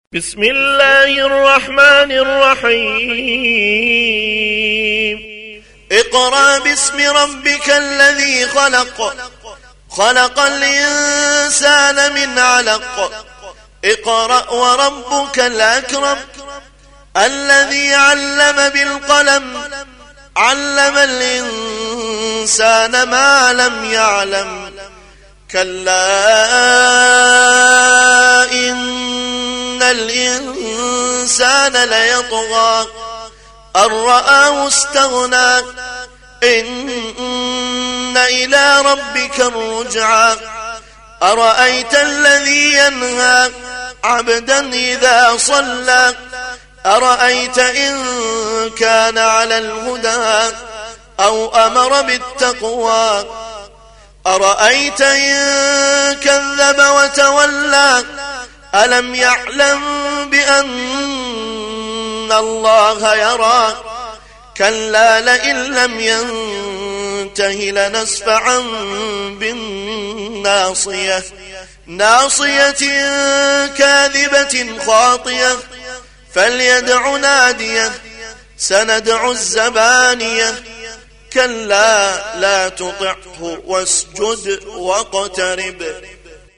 بسم الله الرحمن الرحيم اقرأ باسم ربك الذي خلق خلق الإنسان من علق اقرأ وربك الأكرم الذي علم بالقلم علم الإنسان ما لم يعلم كلا إن الإنسان ليطغى أن رآه استغنى إن إلى ربك الرجعى أرأيت الذي ينهى عبدا إذا صلى أرأيت إن كان على الهدى أو أمر بالتقوى أرأيت إن كذب وتولى ألم يعلم بأن الله يرى كلا لئن لم ينته لنسفعا بالناصية ناصية كاذبة خاطية فليدع ناديه سندع الزبانية كلا لا تطعه واسجد واقترب